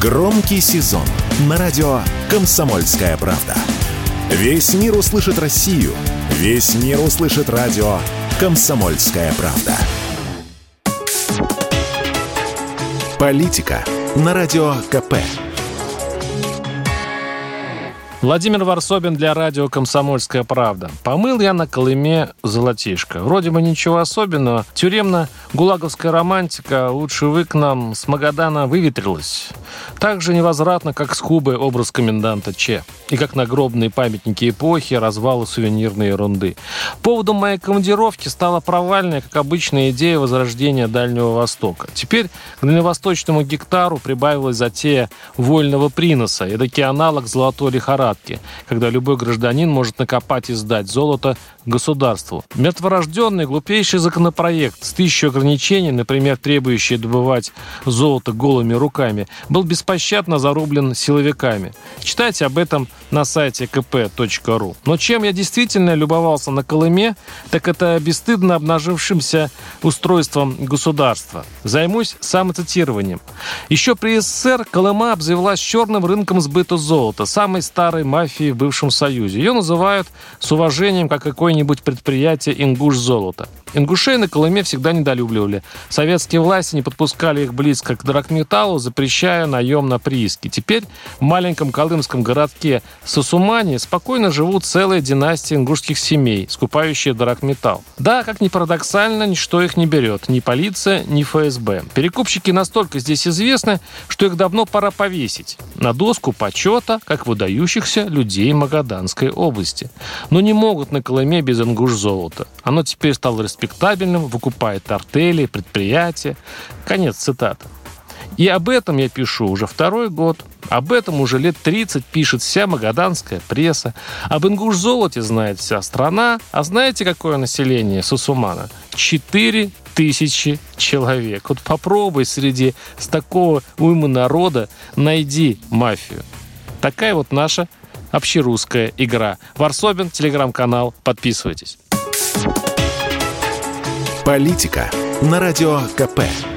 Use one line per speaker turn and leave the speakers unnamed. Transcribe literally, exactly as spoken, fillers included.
Громкий сезон на радио «Комсомольская правда». Весь мир услышит Россию. Весь мир услышит радио «Комсомольская правда». Политика на радио ка пэ.
Владимир Варсобин для радио «Комсомольская правда». Помыл я на Колыме золотишко. Вроде бы ничего особенного. Тюремно-гулаговская романтика «Лучше вы к нам» с Магадана выветрилась. Так же невозвратно, как с Кубы образ коменданта Че. И как нагробные памятники эпохи, развалы сувенирной ерунды. Поводом моей командировки стала провальная, как обычная, идея возрождения Дальнего Востока. Теперь к дальневосточному гектару прибавилась затея вольного приноса, эдакий аналог золотой лихорадки, когда любой гражданин может накопать и сдать золото государству. Мертворожденный, глупейший законопроект с тысячей ограничений, например, требующий добывать золото голыми руками, был беспощадно зарублен силовиками. Читайте об этом на сайте ка пэ точка ру. Но чем я действительно любовался на Колыме, так это бесстыдно обнажившимся устройством государства. Займусь самоцитированием. Еще при эс эс эс эр Колыма обзавелась черным рынком сбыта золота, самой старой мафии в бывшем Союзе. Ее называют с уважением как какое-нибудь предприятие «Ингуш-золото». Ингушей на Колыме всегда недолюбливали. Советские власти не подпускали их близко к драгметаллу, запрещая наем на прииски. Теперь в маленьком колымском городке Сосумани спокойно живут целые династии ингушских семей, скупающие драгметалл. Да, как ни парадоксально, ничто их не берет. Ни полиция, ни эф эс бэ. Перекупщики настолько здесь известны, что их давно пора повесить на доску почета, как выдающихся людей Магаданской области. Но не могут на Колыме без ингуш-золота. Оно теперь стало респектабельным, выкупает артели, предприятия. Конец цитаты. И об этом я пишу уже второй год. Об этом уже лет тридцать пишет вся магаданская пресса. Об ингуш-золоте знает вся страна. А знаете, какое население Сосумана? Четыре тысячи человек. Вот попробуй среди с такого уймы народа найди мафию. Такая вот наша общерусская игра. Варсобин, телеграм-канал. Подписывайтесь.
Политика на радио ка пэ.